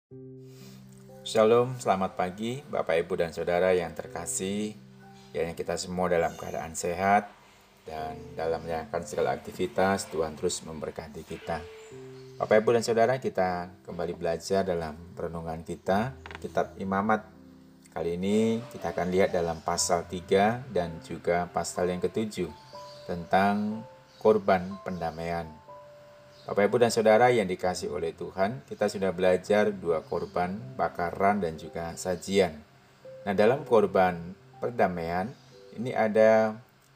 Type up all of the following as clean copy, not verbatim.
Shalom, selamat pagi Bapak Ibu dan Saudara yang terkasih. Kiranya kita semua dalam keadaan sehat dan dalam menjalankan segala aktivitas Tuhan terus memberkati kita. Bapak Ibu dan Saudara, kita kembali belajar dalam renungan kita Kitab Imamat. Kali ini kita akan lihat dalam pasal 3 dan juga pasal yang ke-7 tentang korban pendamaian. Bapak Ibu dan Saudara yang dikasihi oleh Tuhan, kita sudah belajar 2 korban, bakaran dan juga sajian. Nah, dalam korban perdamaian ini ada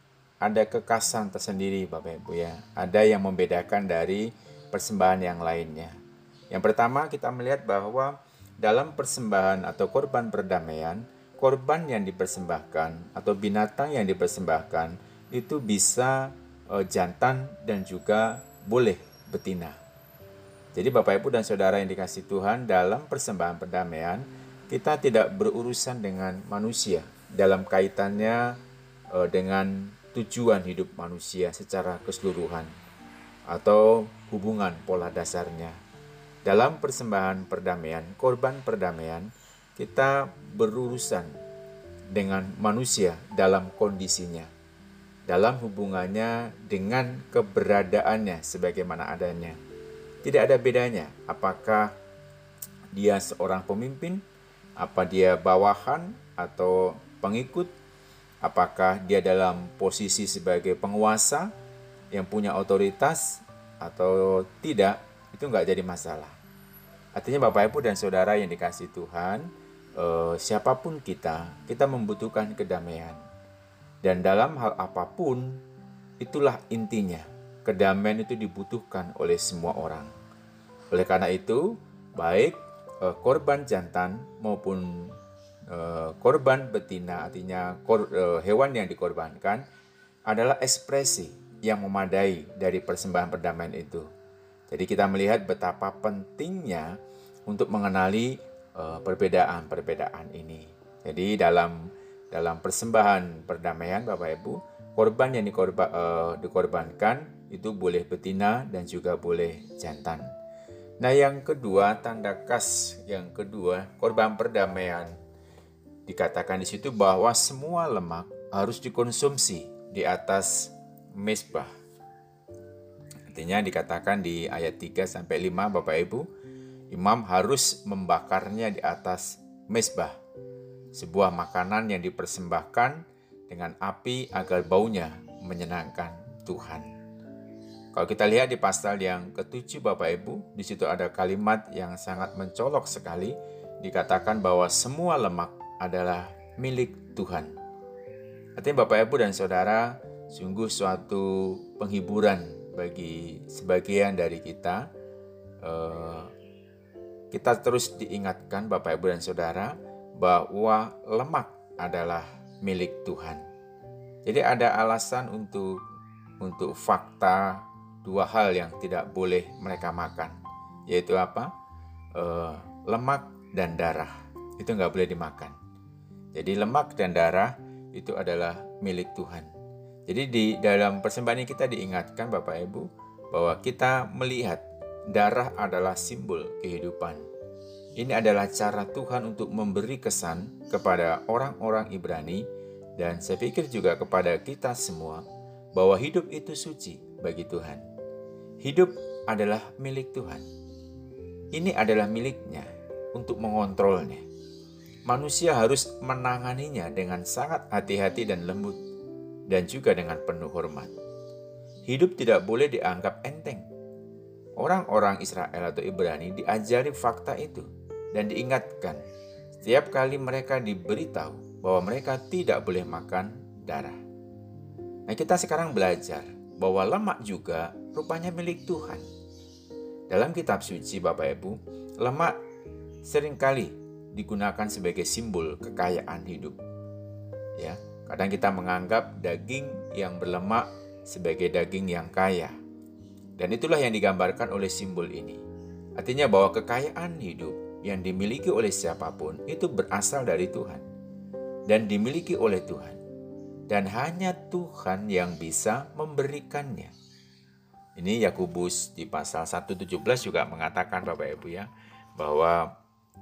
kekasan tersendiri Bapak Ibu ya. Ada yang membedakan dari persembahan yang lainnya. Yang pertama kita melihat bahwa dalam persembahan atau korban perdamaian, korban yang dipersembahkan atau binatang yang dipersembahkan itu bisa jantan dan juga boleh betina. Jadi Bapak Ibu dan Saudara yang dikasihi Tuhan, dalam persembahan perdamaian kita tidak berurusan dengan manusia dalam kaitannya dengan tujuan hidup manusia secara keseluruhan atau hubungan pola dasarnya. Dalam persembahan perdamaian, korban perdamaian, kita berurusan dengan manusia dalam kondisinya, dalam hubungannya dengan keberadaannya sebagaimana adanya. Tidak ada bedanya apakah dia seorang pemimpin, apa dia bawahan atau pengikut, apakah dia dalam posisi sebagai penguasa yang punya otoritas atau tidak, itu nggak jadi masalah. Artinya Bapak Ibu dan Saudara yang dikasihi Tuhan, siapapun kita membutuhkan kedamaian. Dan dalam hal apapun, itulah intinya. Kedamaian itu dibutuhkan oleh semua orang. Oleh karena itu, baik korban jantan maupun korban betina, artinya hewan yang dikorbankan, adalah ekspresi yang memadai dari persembahan perdamaian itu. Jadi kita melihat betapa pentingnya untuk mengenali perbedaan-perbedaan ini. Jadi dalam persembahan perdamaian Bapak Ibu, korban yang dikorbankan itu boleh betina dan juga boleh jantan. Nah, yang kedua, tanda khas yang kedua, korban perdamaian dikatakan di situ bahwa semua lemak harus dikonsumsi di atas mezbah. Artinya dikatakan di ayat 3 sampai 5 Bapak Ibu, imam harus membakarnya di atas mezbah, sebuah makanan yang dipersembahkan dengan api agar baunya menyenangkan Tuhan. Kalau kita lihat di pasal yang ke-7 Bapak Ibu, di situ ada kalimat yang sangat mencolok sekali, dikatakan bahwa semua lemak adalah milik Tuhan. Artinya Bapak Ibu dan Saudara, sungguh suatu penghiburan bagi sebagian dari kita. Kita terus diingatkan Bapak Ibu dan Saudara bahwa lemak adalah milik Tuhan. Jadi ada alasan untuk fakta dua hal yang tidak boleh mereka makan, yaitu apa? Lemak dan darah. Itu nggak boleh dimakan. Jadi lemak dan darah itu adalah milik Tuhan. Jadi di dalam persembahan ini kita diingatkan Bapak Ibu bahwa kita melihat darah adalah simbol kehidupan. Ini adalah cara Tuhan untuk memberi kesan kepada orang-orang Ibrani dan saya pikir juga kepada kita semua bahwa hidup itu suci bagi Tuhan. Hidup adalah milik Tuhan. Ini adalah miliknya untuk mengontrolnya. Manusia harus menanganinya dengan sangat hati-hati dan lembut dan juga dengan penuh hormat. Hidup tidak boleh dianggap enteng. Orang-orang Israel atau Ibrani diajari fakta itu dan diingatkan setiap kali mereka diberitahu bahwa mereka tidak boleh makan darah. Nah, kita sekarang belajar bahwa lemak juga rupanya milik Tuhan. Dalam kitab suci Bapak Ibu, lemak seringkali digunakan sebagai simbol kekayaan hidup. Ya, kadang kita menganggap daging yang berlemak sebagai daging yang kaya. Dan itulah yang digambarkan oleh simbol ini. Artinya bahwa kekayaan hidup yang dimiliki oleh siapapun itu berasal dari Tuhan dan dimiliki oleh Tuhan. Dan hanya Tuhan yang bisa memberikannya. Ini Yakobus di pasal 1:17 juga mengatakan Bapak Ibu ya, bahwa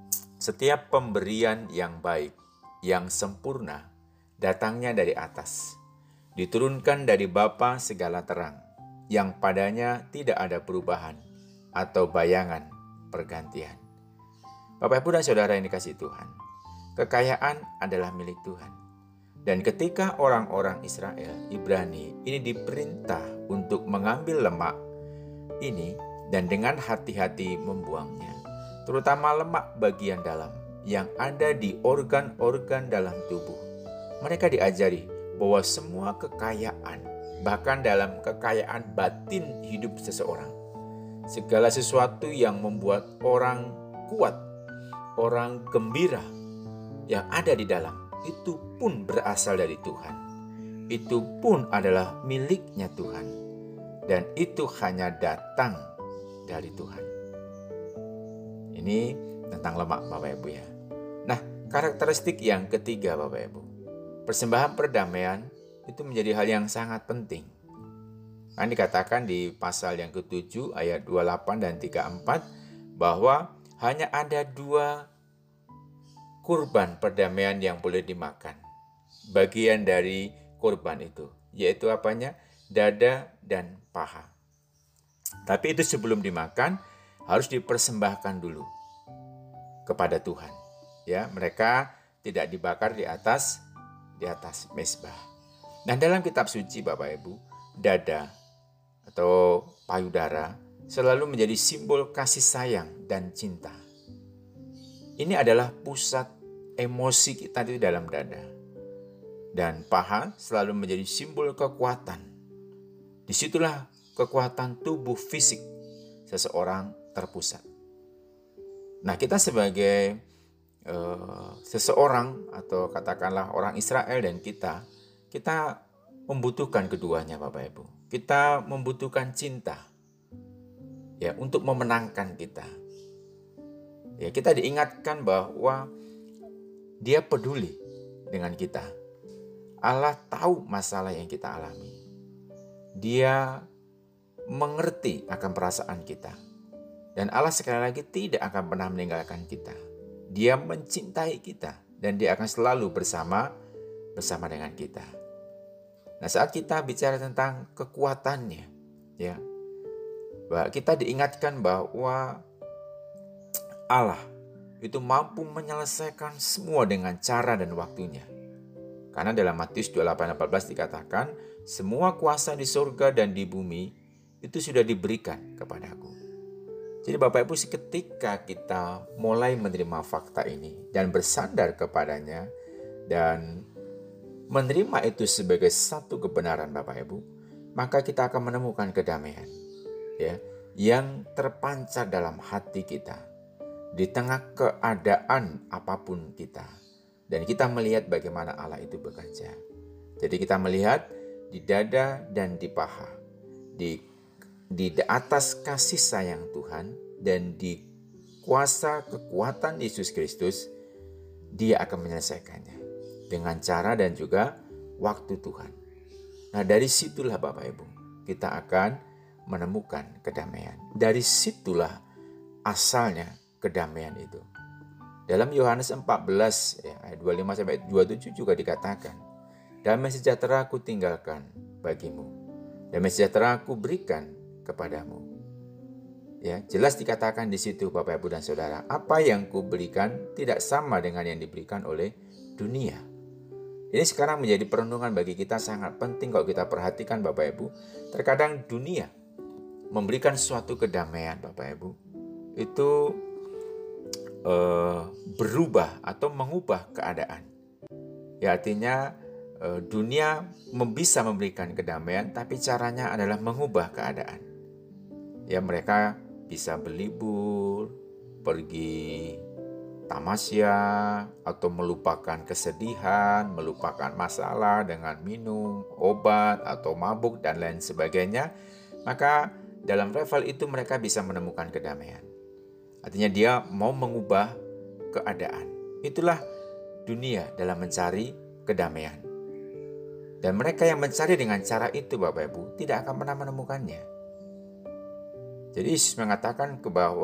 Setiap pemberian yang baik, yang sempurna, datangnya dari atas, diturunkan dari Bapa segala terang, yang padanya tidak ada perubahan atau bayangan pergantian. Bapak, Ibu, dan Saudara yang dikasihi Tuhan, kekayaan adalah milik Tuhan. Dan ketika orang-orang Israel, Ibrani, ini diperintah untuk mengambil lemak ini dan dengan hati-hati membuangnya, terutama lemak bagian dalam yang ada di organ-organ dalam tubuh. Mereka diajari bahwa semua kekayaan, bahkan dalam kekayaan batin hidup seseorang, segala sesuatu yang membuat orang kuat, orang gembira yang ada di dalam, itu pun berasal dari Tuhan. Itu pun adalah miliknya Tuhan. Dan itu hanya datang dari Tuhan. Ini tentang lemak, Bapak Ibu ya. Nah, karakteristik yang ketiga, Bapak Ibu. Persembahan perdamaian itu menjadi hal yang sangat penting. Kan dikatakan di pasal yang ke-7 ayat 28 dan 34 bahwa hanya ada 2 kurban perdamaian yang boleh dimakan. Bagian dari kurban itu, yaitu apanya? Dada dan paha. Tapi itu sebelum dimakan harus dipersembahkan dulu kepada Tuhan. Ya, mereka tidak dibakar di atas mezbah. Nah, dalam kitab suci Bapak Ibu, dada atau payudara selalu menjadi simbol kasih sayang dan cinta. Ini adalah pusat emosi kita di dalam dada. Dan paha selalu menjadi simbol kekuatan. Disitulah kekuatan tubuh fisik seseorang terpusat. Nah, kita sebagai seseorang atau katakanlah orang Israel dan kita membutuhkan keduanya, Bapak Ibu. Kita membutuhkan cinta ya untuk memenangkan kita. Ya, kita diingatkan bahwa Dia peduli dengan kita. Allah tahu masalah yang kita alami. Dia mengerti akan perasaan kita. Dan Allah sekali lagi tidak akan pernah meninggalkan kita. Dia mencintai kita dan Dia akan selalu bersama dengan kita. Nah, saat kita bicara tentang kekuatannya, ya, kita diingatkan bahwa Allah itu mampu menyelesaikan semua dengan cara dan waktunya. Karena dalam Matius 28:14 dikatakan, semua kuasa di surga dan di bumi itu sudah diberikan kepadaku. Jadi Bapak Ibu, ketika kita mulai menerima fakta ini dan bersandar kepadanya dan menerima itu sebagai satu kebenaran Bapak Ibu, maka kita akan menemukan kedamaian ya, yang terpancar dalam hati kita di tengah keadaan apapun kita. Dan kita melihat bagaimana Allah itu bekerja. Jadi kita melihat di dada dan di paha, di atas kasih sayang Tuhan dan di kuasa kekuatan Yesus Kristus, Dia akan menyelesaikannya dengan cara dan juga waktu Tuhan. Nah, dari situlah Bapak Ibu, kita akan menemukan kedamaian. Dari situlah asalnya kedamaian itu. Dalam Yohanes 14 ayat 25 sampai 27 juga dikatakan, damai sejahtera aku tinggalkan bagimu, damai sejahtera aku berikan kepadamu. Ya, jelas dikatakan di situ Bapak Ibu dan Saudara, apa yang kuberikan tidak sama dengan yang diberikan oleh dunia. Ini sekarang menjadi perenungan bagi kita sangat penting kalau kita perhatikan Bapak Ibu. Terkadang dunia memberikan suatu kedamaian Bapak Ibu, itu berubah atau mengubah keadaan. Ya, artinya dunia bisa memberikan kedamaian, tapi caranya adalah mengubah keadaan. Ya, mereka bisa berlibur, pergi tamasya, atau melupakan kesedihan, melupakan masalah dengan minum, obat, atau mabuk, dan lain sebagainya. Maka dalam level itu mereka bisa menemukan kedamaian. Artinya dia mau mengubah keadaan. Itulah dunia dalam mencari kedamaian. Dan mereka yang mencari dengan cara itu Bapak Ibu tidak akan pernah menemukannya. Jadi Yesus mengatakan bahwa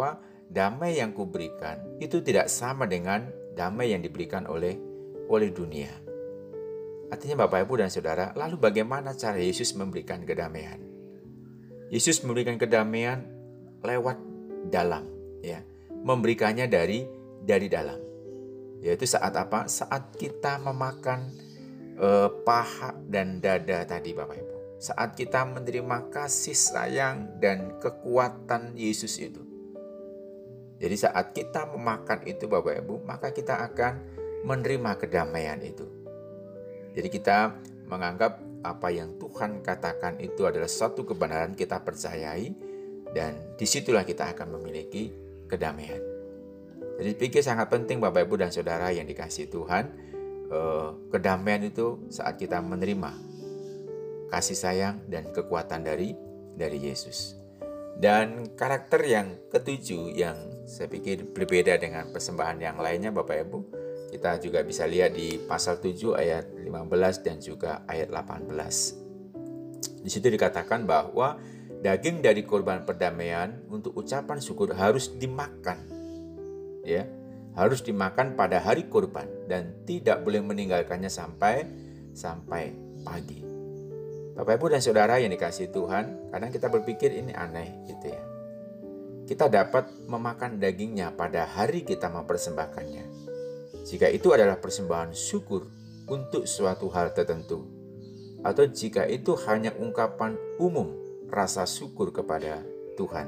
damai yang kuberikan itu tidak sama dengan damai yang diberikan oleh dunia. Artinya Bapak, Ibu, dan Saudara, lalu bagaimana cara Yesus memberikan kedamaian? Yesus memberikan kedamaian lewat dalam, ya, memberikannya dari dalam. Yaitu saat apa? Saat kita memakan paha dan dada tadi, Bapak Ibu. Saat kita menerima kasih sayang dan kekuatan Yesus itu. Jadi saat kita memakan itu, Bapak Ibu, maka kita akan menerima kedamaian itu. Jadi kita menganggap apa yang Tuhan katakan itu adalah suatu kebenaran, kita percayai, dan disitulah kita akan memiliki kedamaian. Jadi pikir sangat penting Bapak, Ibu, dan Saudara yang dikasihi Tuhan, kedamaian itu saat kita menerima kasih sayang dan kekuatan dari Yesus. Dan karakter yang ketujuh yang saya pikir berbeda dengan persembahan yang lainnya, Bapak, Ibu, kita juga bisa lihat di pasal 7 ayat 15 dan juga ayat 18. Di situ dikatakan bahwa daging dari korban perdamaian untuk ucapan syukur harus dimakan, ya, harus dimakan pada hari kurban dan tidak boleh meninggalkannya sampai pagi. Bapak, Ibu, dan Saudara yang dikasihi Tuhan, kadang kita berpikir ini aneh gitu ya. Kita dapat memakan dagingnya pada hari kita mempersembahkannya. Jika itu adalah persembahan syukur untuk suatu hal tertentu, atau jika itu hanya ungkapan umum rasa syukur kepada Tuhan,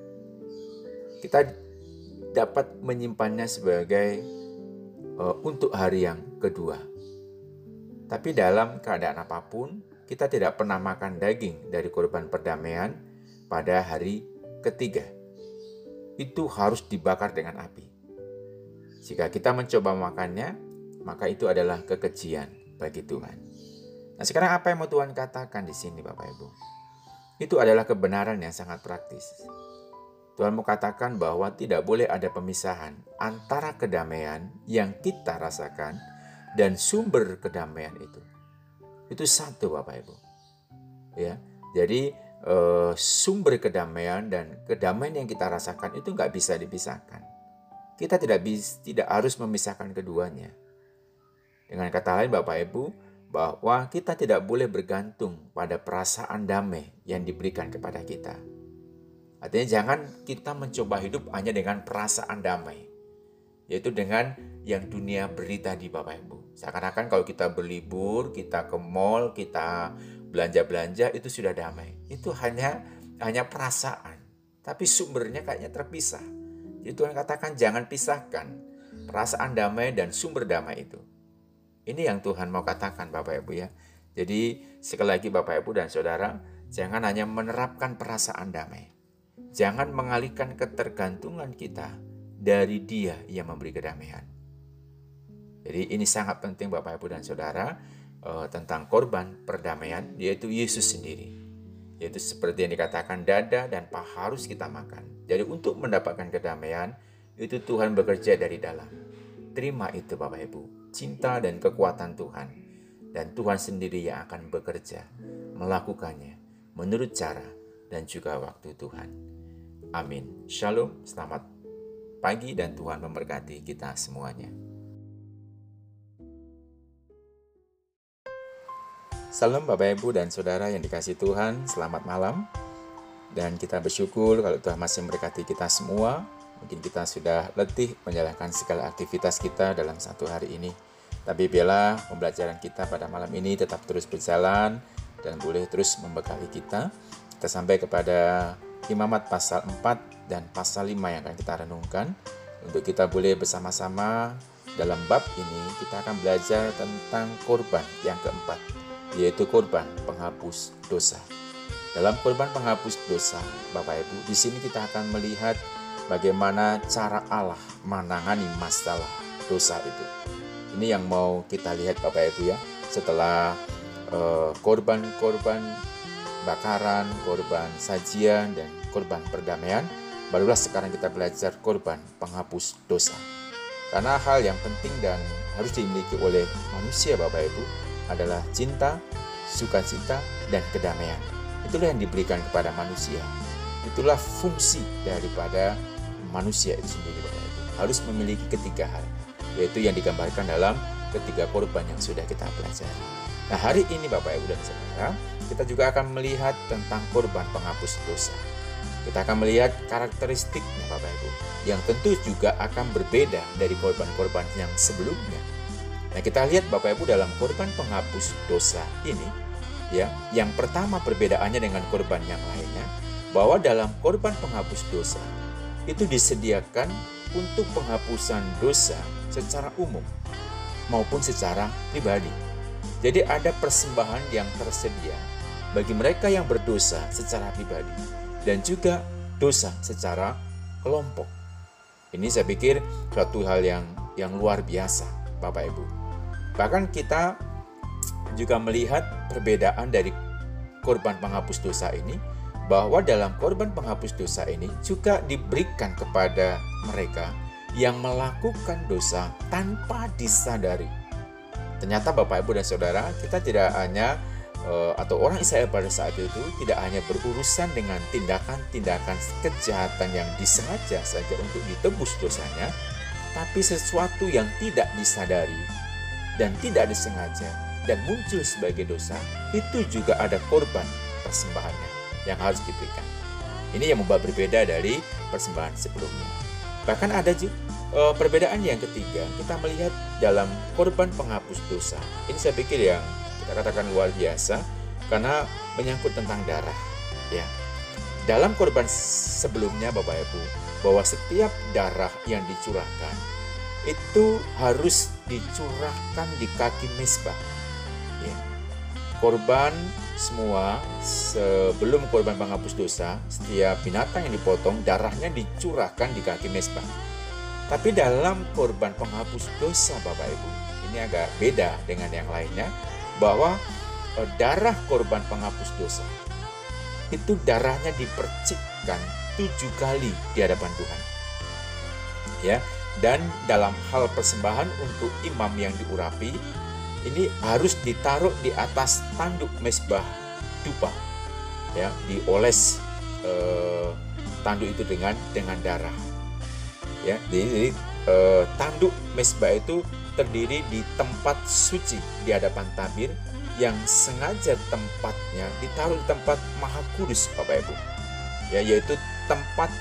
kita dapat menyimpannya sebagai untuk hari yang kedua. Tapi dalam keadaan apapun, kita tidak pernah makan daging dari korban perdamaian pada hari ketiga. Itu harus dibakar dengan api. Jika kita mencoba memakannya, maka itu adalah kekejian bagi Tuhan. Nah, sekarang apa yang mau Tuhan katakan di sini, Bapak, Ibu? Itu adalah kebenaran yang sangat praktis. Tuhan mau katakan bahwa tidak boleh ada pemisahan antara kedamaian yang kita rasakan dan sumber kedamaian itu. Itu satu, Bapak, Ibu. Ya, jadi sumber kedamaian dan kedamaian yang kita rasakan itu nggak bisa dipisahkan. Kita tidak harus memisahkan keduanya. Dengan kata lain, Bapak, Ibu, bahwa kita tidak boleh bergantung pada perasaan damai yang diberikan kepada kita. Artinya jangan kita mencoba hidup hanya dengan perasaan damai, yaitu dengan yang dunia beri tadi, Bapak, Ibu. Seakan-akan kalau kita berlibur, kita ke mall, kita belanja-belanja, itu sudah damai. Itu hanya perasaan, tapi sumbernya kayaknya terpisah. Jadi Tuhan katakan jangan pisahkan perasaan damai dan sumber damai itu. Ini yang Tuhan mau katakan, Bapak, Ibu, ya. Jadi sekali lagi Bapak, Ibu, dan Saudara, jangan hanya menerapkan perasaan damai. Jangan mengalihkan ketergantungan kita dari Dia yang memberi kedamaian. Jadi ini sangat penting Bapak, Ibu, dan Saudara, tentang korban perdamaian, yaitu Yesus sendiri. Yaitu seperti yang dikatakan, dada dan paha harus kita makan. Jadi untuk mendapatkan kedamaian, itu Tuhan bekerja dari dalam. Terima itu Bapak, Ibu, cinta dan kekuatan Tuhan. Dan Tuhan sendiri yang akan bekerja, melakukannya menurut cara dan juga waktu Tuhan. Amin. Shalom, selamat pagi dan Tuhan memberkati kita semuanya. Salam Bapak, Ibu, dan Saudara yang dikasihi Tuhan, selamat malam. Dan kita bersyukur kalau Tuhan masih memberkati kita semua. Mungkin kita sudah letih menjalankan segala aktivitas kita dalam satu hari ini. Tapi biarlah pembelajaran kita pada malam ini tetap terus berjalan dan boleh terus membekali kita. Kita sampai kepada Imamat pasal 4 dan pasal 5 yang akan kita renungkan. Untuk kita boleh bersama-sama dalam bab ini, kita akan belajar tentang korban yang keempat, yaitu korban penghapus dosa. Dalam korban penghapus dosa, Bapak, Ibu, di sini kita akan melihat bagaimana cara Allah menangani masalah dosa itu. Ini yang mau kita lihat Bapak, Ibu, ya. Setelah korban-korban bakaran, korban sajian, dan korban perdamaian, barulah sekarang kita belajar korban penghapus dosa. Karena hal yang penting dan harus dimiliki oleh manusia, Bapak, Ibu, adalah cinta, sukacita, dan kedamaian. Itulah yang diberikan kepada manusia. Itulah fungsi daripada manusia itu sendiri, Bapak Ibu, harus memiliki ketiga hal, yaitu yang digambarkan dalam ketiga korban yang sudah kita pelajari. Nah, hari ini Bapak Ibu dan Saudara, kita juga akan melihat tentang korban penghapus dosa. Kita akan melihat karakteristiknya Bapak Ibu, yang tentu juga akan berbeda dari korban-korban yang sebelumnya. Nah, kita lihat Bapak Ibu dalam korban penghapus dosa ini, ya, yang pertama perbedaannya dengan korban yang lainnya, bahwa dalam korban penghapus dosa itu disediakan untuk penghapusan dosa secara umum maupun secara pribadi. Jadi ada persembahan yang tersedia bagi mereka yang berdosa secara pribadi dan juga dosa secara kelompok. Ini saya pikir suatu hal yang luar biasa, Bapak Ibu. Bahkan kita juga melihat perbedaan dari korban penghapus dosa ini, bahwa dalam korban penghapus dosa ini juga diberikan kepada mereka yang melakukan dosa tanpa disadari. Ternyata Bapak Ibu dan Saudara, kita tidak hanya atau orang Israel pada saat itu tidak hanya berurusan dengan tindakan-tindakan kejahatan yang disengaja saja untuk ditebus dosanya, tapi sesuatu yang tidak disadari dan tidak disengaja dan muncul sebagai dosa, itu juga ada korban persembahannya yang harus diberikan. Ini yang membuat berbeda dari persembahan sebelumnya. Bahkan ada juga perbedaan yang ketiga, kita melihat dalam korban penghapus dosa. Ini saya pikir yang kita katakan luar biasa karena menyangkut tentang darah. Ya, dalam korban sebelumnya Bapak Ibu, bahwa setiap darah yang dicurahkan itu harus dicurahkan di kaki mezbah. Ya. Korban semua sebelum korban penghapus dosa, setiap binatang yang dipotong darahnya dicurahkan di kaki mezbah. Tapi dalam korban penghapus dosa Bapak Ibu, ini agak beda dengan yang lainnya, bahwa darah korban penghapus dosa itu darahnya dipercikkan 7 kali di hadapan Tuhan. Ya, dan dalam hal persembahan untuk imam yang diurapi, ini harus ditaruh di atas tanduk mezbah dupa. Ya, dioles tanduk itu dengan darah. Ya, jadi tanduk mezbah itu terdiri di tempat suci di hadapan tabir yang sengaja tempatnya ditaruh di tempat maha kudus Bapak Ibu. Ya, yaitu tempat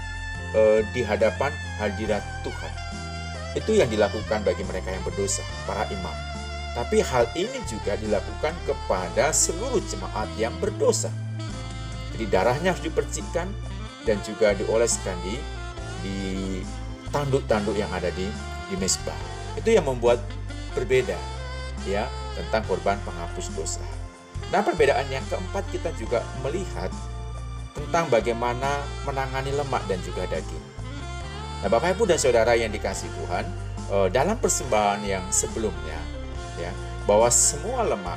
di hadapan hadirat Tuhan. Itu yang dilakukan bagi mereka yang berdosa, para imam. Tapi hal ini juga dilakukan kepada seluruh jemaat yang berdosa. Jadi darahnya harus dipercikkan dan juga dioleskan di tanduk-tanduk yang ada di mezbah. Itu yang membuat berbeda, ya, tentang korban penghapus dosa. Nah, perbedaan yang keempat, kita juga melihat tentang bagaimana menangani lemak dan juga daging. Nah, Bapak Ibu dan Saudara yang dikasihi Tuhan, dalam persembahan yang sebelumnya, ya, bahwa semua lemak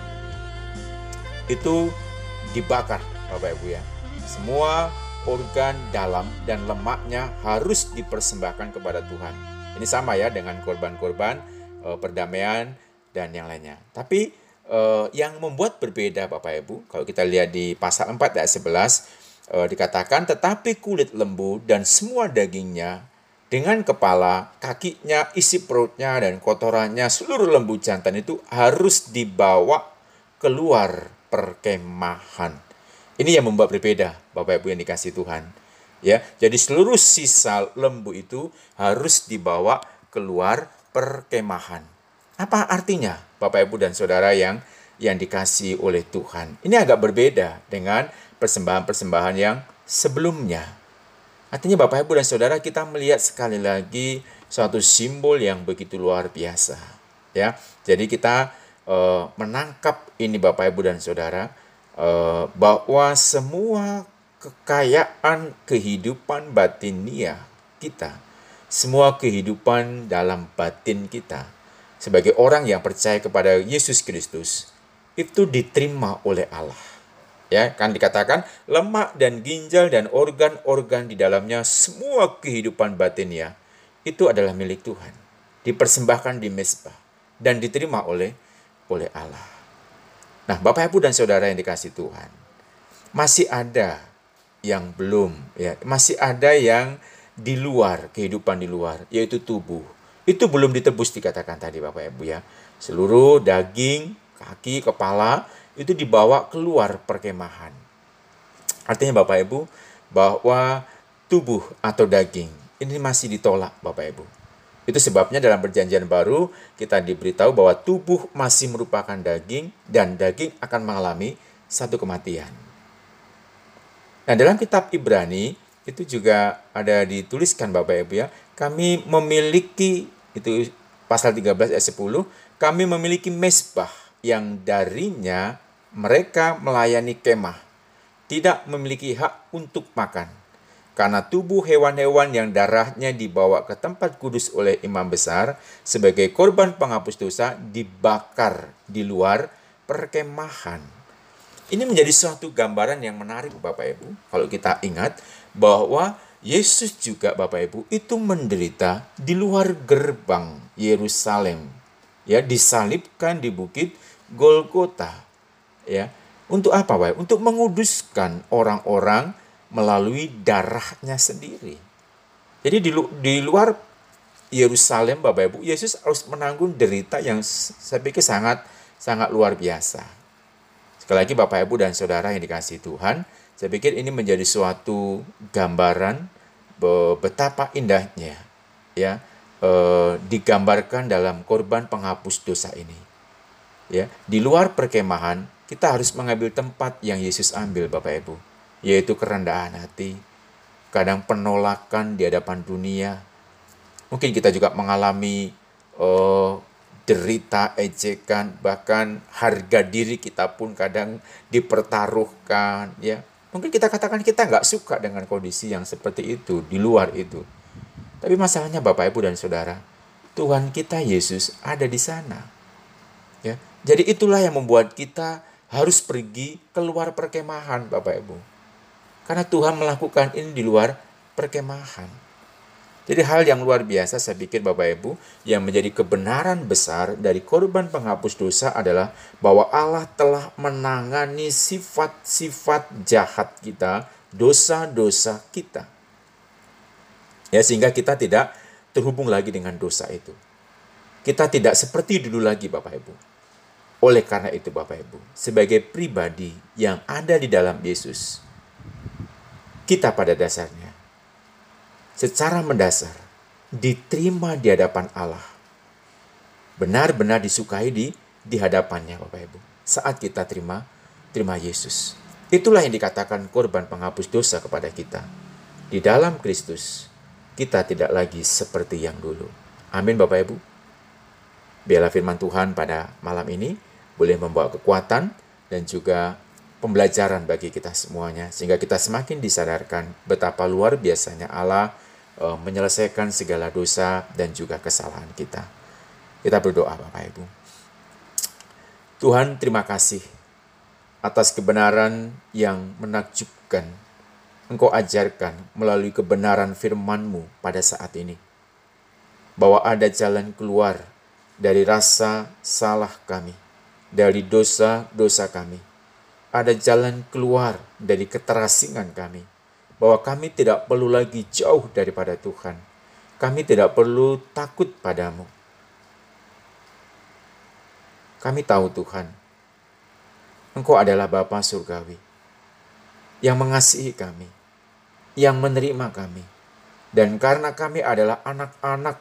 itu dibakar, Bapak Ibu ya. Semua organ dalam dan lemaknya harus dipersembahkan kepada Tuhan. Ini sama ya dengan korban-korban perdamaian dan yang lainnya. Tapi yang membuat berbeda Bapak Ibu, kalau kita lihat di pasal 4 ayat 11, dikatakan, tetapi kulit lembu dan semua dagingnya dengan kepala, kakinya, isi perutnya, dan kotorannya, seluruh lembu jantan itu harus dibawa keluar perkemahan. Ini yang membuat berbeda Bapak Ibu yang dikasihi Tuhan. Ya, jadi seluruh sisa lembu itu harus dibawa keluar perkemahan. Apa artinya Bapak Ibu dan Saudara yang dikasihi oleh Tuhan? Ini agak berbeda dengan persembahan-persembahan yang sebelumnya. Artinya Bapak Ibu dan Saudara, kita melihat sekali lagi suatu simbol yang begitu luar biasa. Ya, jadi kita menangkap ini Bapak Ibu dan Saudara, bahwa semua kekayaan kehidupan batinia kita, semua kehidupan dalam batin kita sebagai orang yang percaya kepada Yesus Kristus itu diterima oleh Allah. Ya, kan dikatakan lemak dan ginjal dan organ-organ di dalamnya, semua kehidupan batinia itu adalah milik Tuhan, dipersembahkan di mezbah dan diterima oleh Allah. Nah, Bapak Ibu dan Saudara yang dikasihi Tuhan, masih ada yang belum, ya, masih ada yang di luar, kehidupan di luar, yaitu tubuh. Itu belum ditebus dikatakan tadi Bapak Ibu ya. Seluruh daging, kaki, kepala itu dibawa keluar perkemahan. Artinya Bapak Ibu bahwa tubuh atau daging ini masih ditolak Bapak Ibu. Itu sebabnya dalam perjanjian baru kita diberitahu bahwa tubuh masih merupakan daging dan daging akan mengalami satu kematian. Nah, dalam kitab Ibrani itu juga ada dituliskan Bapak Ibu ya, kami memiliki, itu pasal 13 ayat 10, kami memiliki mezbah yang darinya mereka melayani kemah, tidak memiliki hak untuk makan. Karena tubuh hewan-hewan yang darahnya dibawa ke tempat kudus oleh imam besar sebagai korban penghapus dosa dibakar di luar perkemahan. Ini menjadi suatu gambaran yang menarik Bapak Ibu. Kalau kita ingat bahwa Yesus juga Bapak Ibu itu menderita di luar gerbang Yerusalem. Ya, disalibkan di bukit Golgota. Ya. Untuk apa Bapak? Untuk menguduskan orang-orang melalui darahnya sendiri. Jadi di luar Yerusalem Bapak Ibu, Yesus harus menanggung derita yang saya pikir sangat luar biasa. Sekali lagi Bapak Ibu dan Saudara yang dikasihi Tuhan, saya pikir ini menjadi suatu gambaran betapa indahnya ya digambarkan dalam korban penghapus dosa ini. Ya, di luar perkemahan kita harus mengambil tempat yang Yesus ambil Bapak Ibu, yaitu kerendahan hati, kadang penolakan di hadapan dunia. Mungkin kita juga mengalami derita, ejekan, bahkan harga diri kita pun kadang dipertaruhkan. Ya, mungkin kita katakan kita nggak suka dengan kondisi yang seperti itu, di luar itu. Tapi masalahnya Bapak, Ibu, dan Saudara, Tuhan kita Yesus ada di sana. Ya, jadi itulah yang membuat kita harus pergi keluar perkemahan Bapak Ibu. Karena Tuhan melakukan ini di luar perkemahan. Jadi hal yang luar biasa saya pikir Bapak Ibu, yang menjadi kebenaran besar dari korban penghapus dosa adalah bahwa Allah telah menangani sifat-sifat jahat kita, dosa-dosa kita. Ya, sehingga kita tidak terhubung lagi dengan dosa itu. Kita tidak seperti dulu lagi Bapak Ibu. Oleh karena itu Bapak Ibu, sebagai pribadi yang ada di dalam Yesus, kita pada dasarnya secara mendasar diterima di hadapan Allah. Benar-benar disukai di hadapannya Bapak Ibu. Saat kita terima Yesus. Itulah yang dikatakan korban penghapus dosa kepada kita. Di dalam Kristus, kita tidak lagi seperti yang dulu. Amin Bapak Ibu. Biarlah firman Tuhan pada malam ini boleh membawa kekuatan dan juga pembelajaran bagi kita semuanya, sehingga kita semakin disadarkan betapa luar biasanya Allah menyelesaikan segala dosa dan juga kesalahan kita. Kita berdoa Bapak Ibu. Tuhan, terima kasih atas kebenaran yang menakjubkan Engkau ajarkan melalui kebenaran firman-Mu pada saat ini, bahwa ada jalan keluar dari rasa salah kami, dari dosa-dosa kami. Ada jalan keluar dari keterasingan kami, bahwa kami tidak perlu lagi jauh daripada Tuhan. Kami tidak perlu takut padamu. Kami tahu Tuhan, Engkau adalah Bapa Surgawi, yang mengasihi kami, yang menerima kami. Dan karena kami adalah anak-anak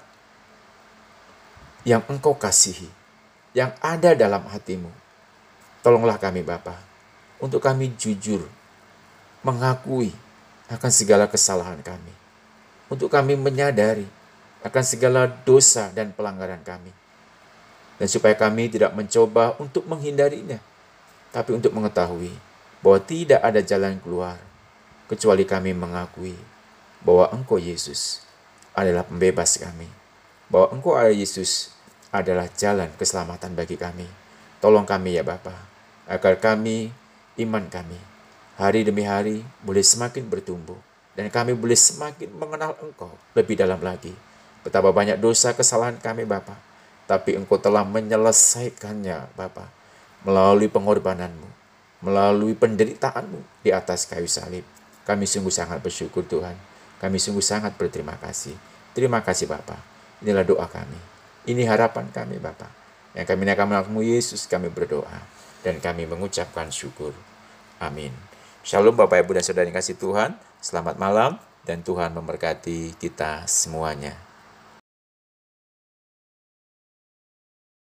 yang Engkau kasihi, yang ada dalam hatimu, tolonglah kami Bapa, untuk kami jujur mengakui akan segala kesalahan kami, untuk kami menyadari akan segala dosa dan pelanggaran kami, dan supaya kami tidak mencoba untuk menghindarinya, tapi untuk mengetahui bahwa tidak ada jalan keluar kecuali kami mengakui bahwa Engkau Yesus adalah pembebas kami, bahwa Engkau Yesus adalah jalan keselamatan bagi kami. Tolong kami ya Bapa, agar kami, iman kami, hari demi hari boleh semakin bertumbuh, dan kami boleh semakin mengenal Engkau lebih dalam lagi. Betapa banyak dosa kesalahan kami Bapa, tapi Engkau telah menyelesaikannya Bapa, melalui pengorbanan-Mu, melalui penderitaan-Mu di atas kayu salib. Kami sungguh sangat bersyukur Tuhan. Kami sungguh sangat berterima kasih. Terima kasih Bapa. Inilah doa kami. Ini harapan kami Bapa. Yang kami naikkan nama-Mu Yesus kami berdoa. Dan kami mengucapkan syukur. Amin. Shalom Bapak Ibu dan Saudara yang kasih Tuhan. Selamat malam dan Tuhan memberkati kita semuanya.